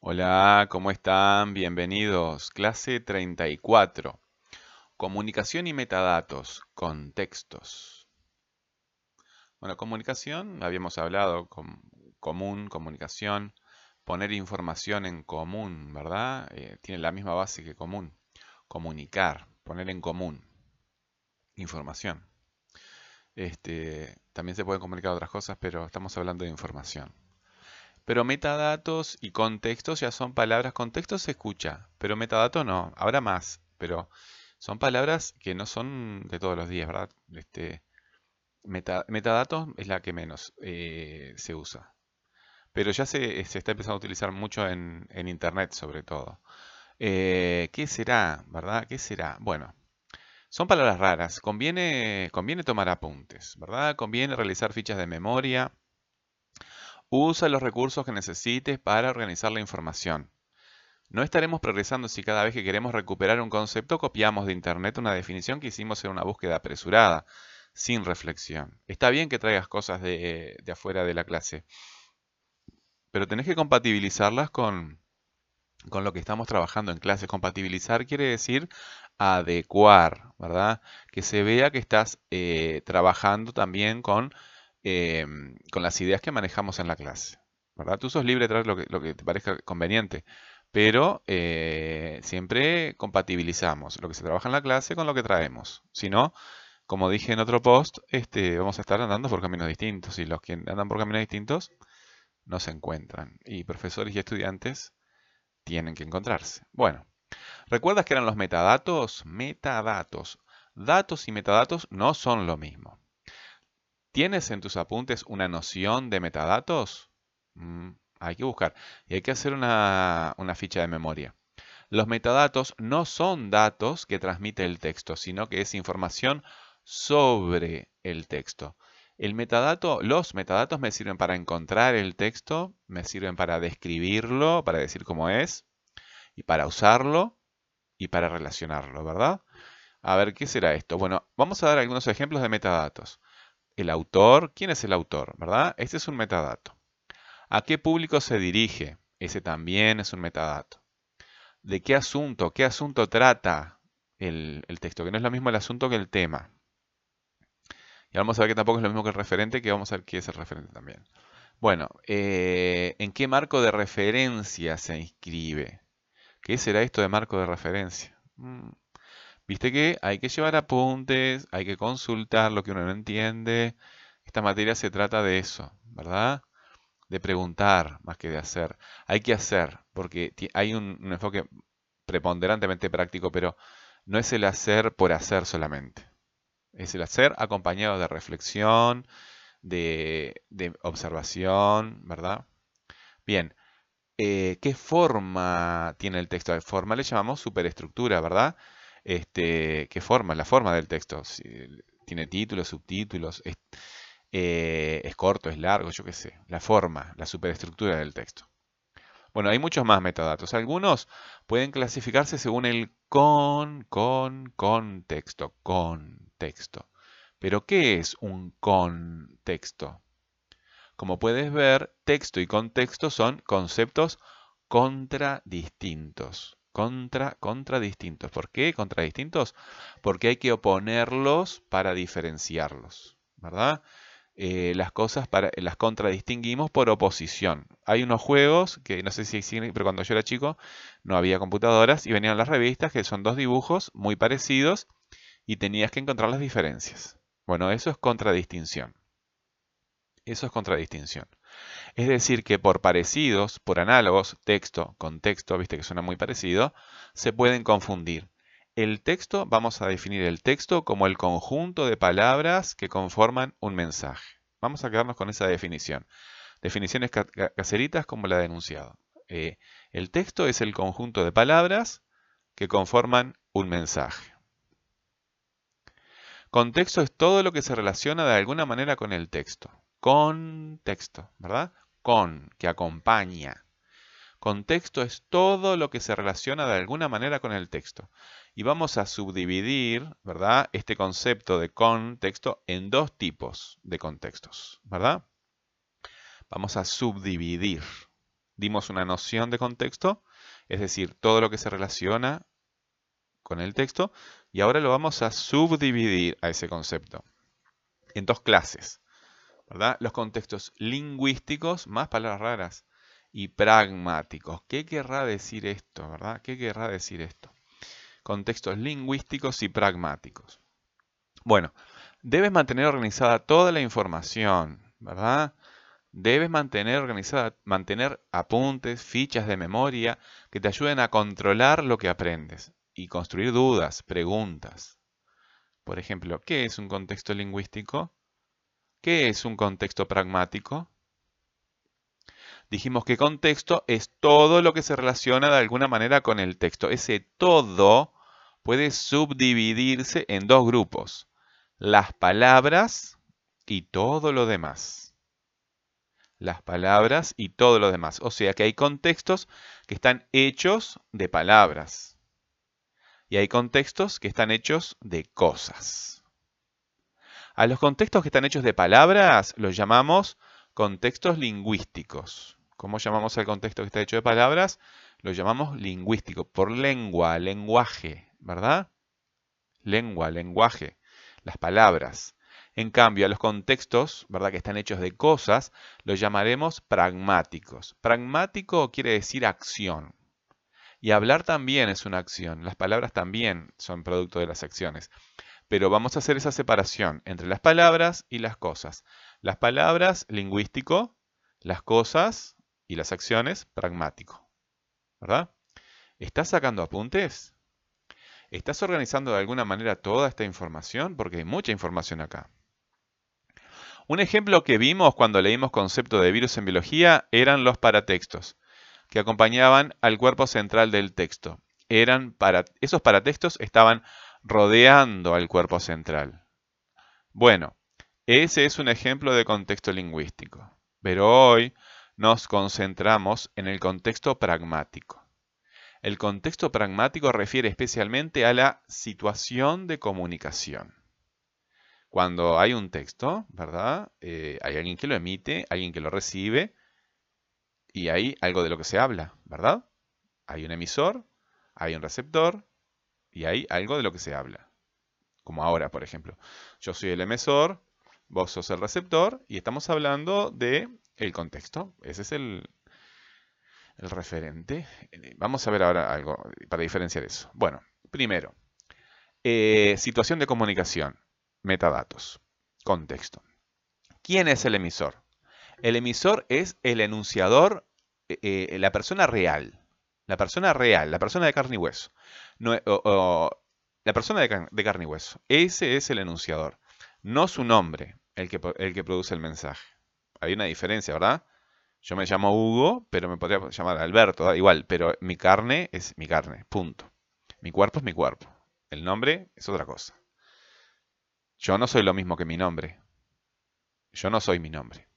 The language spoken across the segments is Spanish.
Hola, ¿cómo están? Bienvenidos. Clase 34. Comunicación y metadatos. Contextos. Bueno, comunicación, habíamos hablado, común, comunicación, poner información en común, ¿verdad? Tiene la misma base que común. Comunicar, poner en común información. También se pueden comunicar otras cosas, pero estamos hablando de información. Pero metadatos y contextos ya son palabras. Contexto se escucha, pero metadatos no. Habrá más, pero son palabras que no son de todos los días, ¿verdad? Metadatos es la que menos se usa. Pero ya se está empezando a utilizar mucho en Internet, sobre todo. ¿Qué será, verdad? ¿Qué será? Bueno, son palabras raras. Conviene tomar apuntes, ¿verdad? Conviene realizar fichas de memoria. Usa los recursos que necesites para organizar la información. No estaremos progresando si cada vez que queremos recuperar un concepto copiamos de Internet una definición que hicimos en una búsqueda apresurada, sin reflexión. Está bien que traigas cosas de afuera de la clase, pero tenés que compatibilizarlas con lo que estamos trabajando en clase. Compatibilizar quiere decir adecuar, ¿verdad? Que se vea que estás trabajando también con las ideas que manejamos en la clase, ¿verdad? Tú sos libre de traer lo que te parezca conveniente, pero siempre compatibilizamos lo que se trabaja en la clase con lo que traemos. Si no, como dije en otro post, vamos a estar andando por caminos distintos y los que andan por caminos distintos no se encuentran. Y profesores y estudiantes tienen que encontrarse. Bueno, ¿recuerdas que eran los metadatos? Metadatos. Datos y metadatos no son lo mismo. ¿Tienes en tus apuntes una noción de metadatos? Hay que buscar. Y hay que hacer una ficha de memoria. Los metadatos no son datos que transmite el texto, sino que es información sobre el texto. Los metadatos me sirven para encontrar el texto, me sirven para describirlo, para decir cómo es, y para usarlo y para relacionarlo, ¿verdad? A ver, ¿qué será esto? Bueno, vamos a dar algunos ejemplos de metadatos. El autor, ¿quién es el autor? ¿Verdad? Este es un metadato. ¿A qué público se dirige? Ese también es un metadato. ¿De qué asunto? ¿Qué asunto trata el texto? Que no es lo mismo el asunto que el tema. Y vamos a ver que tampoco es lo mismo que el referente, que vamos a ver qué es el referente también. Bueno, ¿en qué marco de referencia se inscribe? ¿Qué será esto de marco de referencia? Viste que hay que llevar apuntes, hay que consultar lo que uno no entiende. Esta materia se trata de eso, ¿verdad? De preguntar más que de hacer. Hay que hacer, porque hay un enfoque preponderantemente práctico, pero no es el hacer por hacer solamente. Es el hacer acompañado de reflexión, de observación, ¿verdad? Bien, ¿qué forma tiene el texto? Forma le llamamos superestructura, ¿verdad? ¿Qué forma? La forma del texto. Si tiene títulos, subtítulos, es corto, es largo, yo qué sé. La forma, la superestructura del texto. Bueno, hay muchos más metadatos. Algunos pueden clasificarse según el contexto. Pero, ¿qué es un contexto? Como puedes ver, texto y contexto son conceptos contradistintos. Contradistintos. ¿Por qué contradistintos? Porque hay que oponerlos para diferenciarlos, ¿verdad? Las contradistinguimos por oposición. Hay unos juegos que no sé si siguen, pero cuando yo era chico no había computadoras y venían las revistas que son dos dibujos muy parecidos y tenías que encontrar las diferencias. Bueno, eso es contradistinción. Eso es contradistinción. Es decir, que por parecidos, por análogos, texto con texto, viste que suena muy parecido, se pueden confundir. El texto, vamos a definir el texto como el conjunto de palabras que conforman un mensaje. Vamos a quedarnos con esa definición. Definiciones caseritas como la de enunciado. El texto es el conjunto de palabras que conforman un mensaje. Contexto es todo lo que se relaciona de alguna manera con el texto. Contexto, ¿verdad? Con, que acompaña. Contexto es todo lo que se relaciona de alguna manera con el texto. Y vamos a subdividir, ¿verdad? Este concepto de contexto en dos tipos de contextos, ¿verdad? Vamos a subdividir. dimos una noción de contexto, es decir, todo lo que se relaciona con el texto, y ahora lo vamos a subdividir a ese concepto en dos clases, ¿verdad? Los contextos lingüísticos, más palabras raras, y pragmáticos. ¿Qué querrá decir esto, verdad? ¿Qué querrá decir esto? Contextos lingüísticos y pragmáticos. Bueno, debes mantener organizada toda la información, ¿verdad? Debes mantener organizada, mantener apuntes, fichas de memoria que te ayuden a controlar lo que aprendes y construir dudas, preguntas. Por ejemplo, ¿qué es un contexto lingüístico? ¿Qué es un contexto pragmático? Dijimos que contexto es todo lo que se relaciona de alguna manera con el texto. Ese todo puede subdividirse en dos grupos: las palabras y todo lo demás. Las palabras y todo lo demás. O sea que hay contextos que están hechos de palabras y hay contextos que están hechos de cosas. A los contextos que están hechos de palabras los llamamos contextos lingüísticos. ¿Cómo llamamos al contexto que está hecho de palabras? Lo llamamos lingüístico, por lengua, lenguaje, ¿verdad? Lengua, lenguaje, las palabras. En cambio, a los contextos, ¿verdad?, que están hechos de cosas, los llamaremos pragmáticos. Pragmático quiere decir acción. Y hablar también es una acción. Las palabras también son producto de las acciones. Pero vamos a hacer esa separación entre las palabras y las cosas. Las palabras, lingüístico; las cosas y las acciones, pragmático. ¿Verdad? ¿Estás sacando apuntes? ¿Estás organizando de alguna manera toda esta información? Porque hay mucha información acá. Un ejemplo que vimos cuando leímos concepto de virus en biología eran los paratextos, que acompañaban al cuerpo central del texto. Esos paratextos estaban rodeando al cuerpo central. Bueno, ese es un ejemplo de contexto lingüístico, pero hoy nos concentramos en el contexto pragmático. El contexto pragmático refiere especialmente a la situación de comunicación. Cuando hay un texto, ¿verdad? Hay alguien que lo emite, alguien que lo recibe y hay algo de lo que se habla, ¿verdad? Hay un emisor, hay un receptor y hay algo de lo que se habla. Como ahora, por ejemplo. Yo soy el emisor, vos sos el receptor y estamos hablando de el contexto. Ese es el referente. Vamos a ver ahora algo para diferenciar eso. Bueno, primero, situación de comunicación, metadatos, contexto. ¿Quién es el emisor? El emisor es el enunciador, la persona real. La persona real, la persona de carne y hueso. No, la persona de carne y hueso. Ese es el enunciador. No su nombre, el que produce el mensaje. Hay una diferencia, ¿verdad? Yo me llamo Hugo, pero me podría llamar Alberto, da igual, pero mi carne es mi carne, punto. Mi cuerpo es mi cuerpo. El nombre es otra cosa. Yo no soy lo mismo que mi nombre. Yo no soy mi nombre.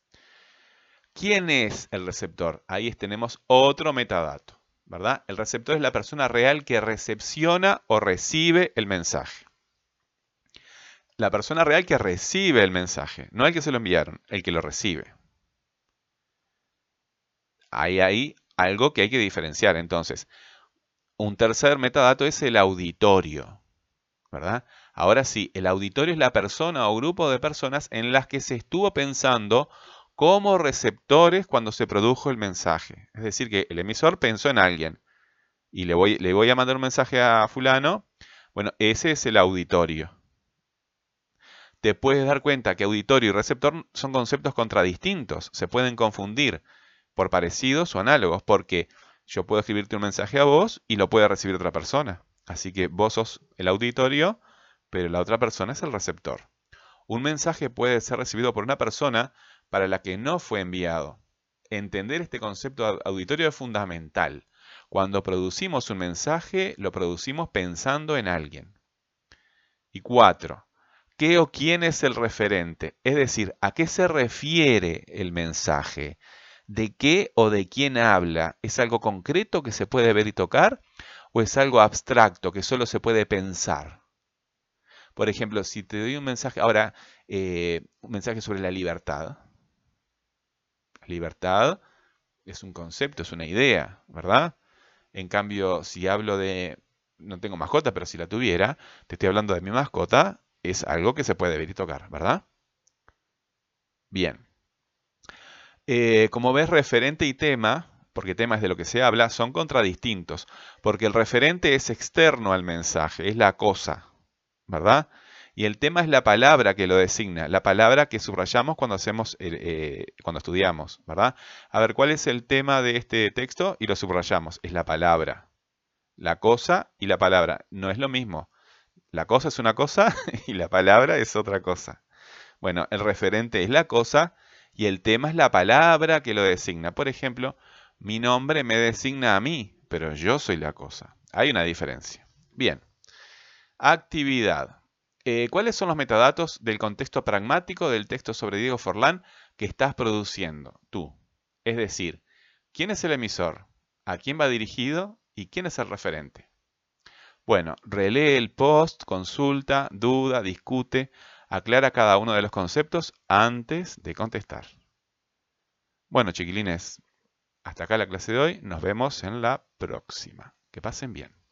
¿Quién es el receptor? Ahí tenemos otro metadato, ¿verdad? El receptor es la persona real que recepciona o recibe el mensaje. La persona real que recibe el mensaje, no el que se lo enviaron, el que lo recibe. Hay ahí algo que hay que diferenciar. Entonces, un tercer metadato es el auditorio, ¿verdad? Ahora sí, el auditorio es la persona o grupo de personas en las que se estuvo pensando como receptores cuando se produjo el mensaje. Es decir, que el emisor pensó en alguien y le voy a mandar un mensaje a fulano. Bueno, ese es el auditorio. Te puedes dar cuenta que auditorio y receptor son conceptos contradistintos, se pueden confundir por parecidos o análogos, porque yo puedo escribirte un mensaje a vos y lo puede recibir otra persona. Así que vos sos el auditorio, pero la otra persona es el receptor. Un mensaje puede ser recibido por una persona para la que no fue enviado. Entender este concepto auditorio es fundamental. Cuando producimos un mensaje, lo producimos pensando en alguien. Y 4. ¿Qué o quién es el referente? Es decir, ¿a qué se refiere el mensaje? ¿De qué o de quién habla? ¿Es algo concreto que se puede ver y tocar? ¿O es algo abstracto que solo se puede pensar? Por ejemplo, si te doy un mensaje, ahora, un mensaje sobre la libertad. Libertad, es un concepto, es una idea, ¿verdad? En cambio, si hablo de, no tengo mascota, pero si la tuviera, te estoy hablando de mi mascota, es algo que se puede ver y tocar, ¿verdad? Bien. Como ves, referente y tema, porque tema es de lo que se habla, son contradistintos, porque el referente es externo al mensaje, es la cosa, ¿verdad? Y el tema es la palabra que lo designa, la palabra que subrayamos cuando cuando estudiamos, ¿verdad? A ver, ¿cuál es el tema de este texto? Y lo subrayamos, es la palabra. La cosa y la palabra no es lo mismo. La cosa es una cosa y la palabra es otra cosa. Bueno, el referente es la cosa y el tema es la palabra que lo designa. Por ejemplo, mi nombre me designa a mí, pero yo soy la cosa. Hay una diferencia. Bien, actividad. ¿Cuáles son los metadatos del contexto pragmático del texto sobre Diego Forlán que estás produciendo tú? Es decir, ¿quién es el emisor? ¿A quién va dirigido? ¿Y quién es el referente? Bueno, relee el post, consulta, duda, discute, aclara cada uno de los conceptos antes de contestar. Bueno, chiquilines, hasta acá la clase de hoy. Nos vemos en la próxima. Que pasen bien.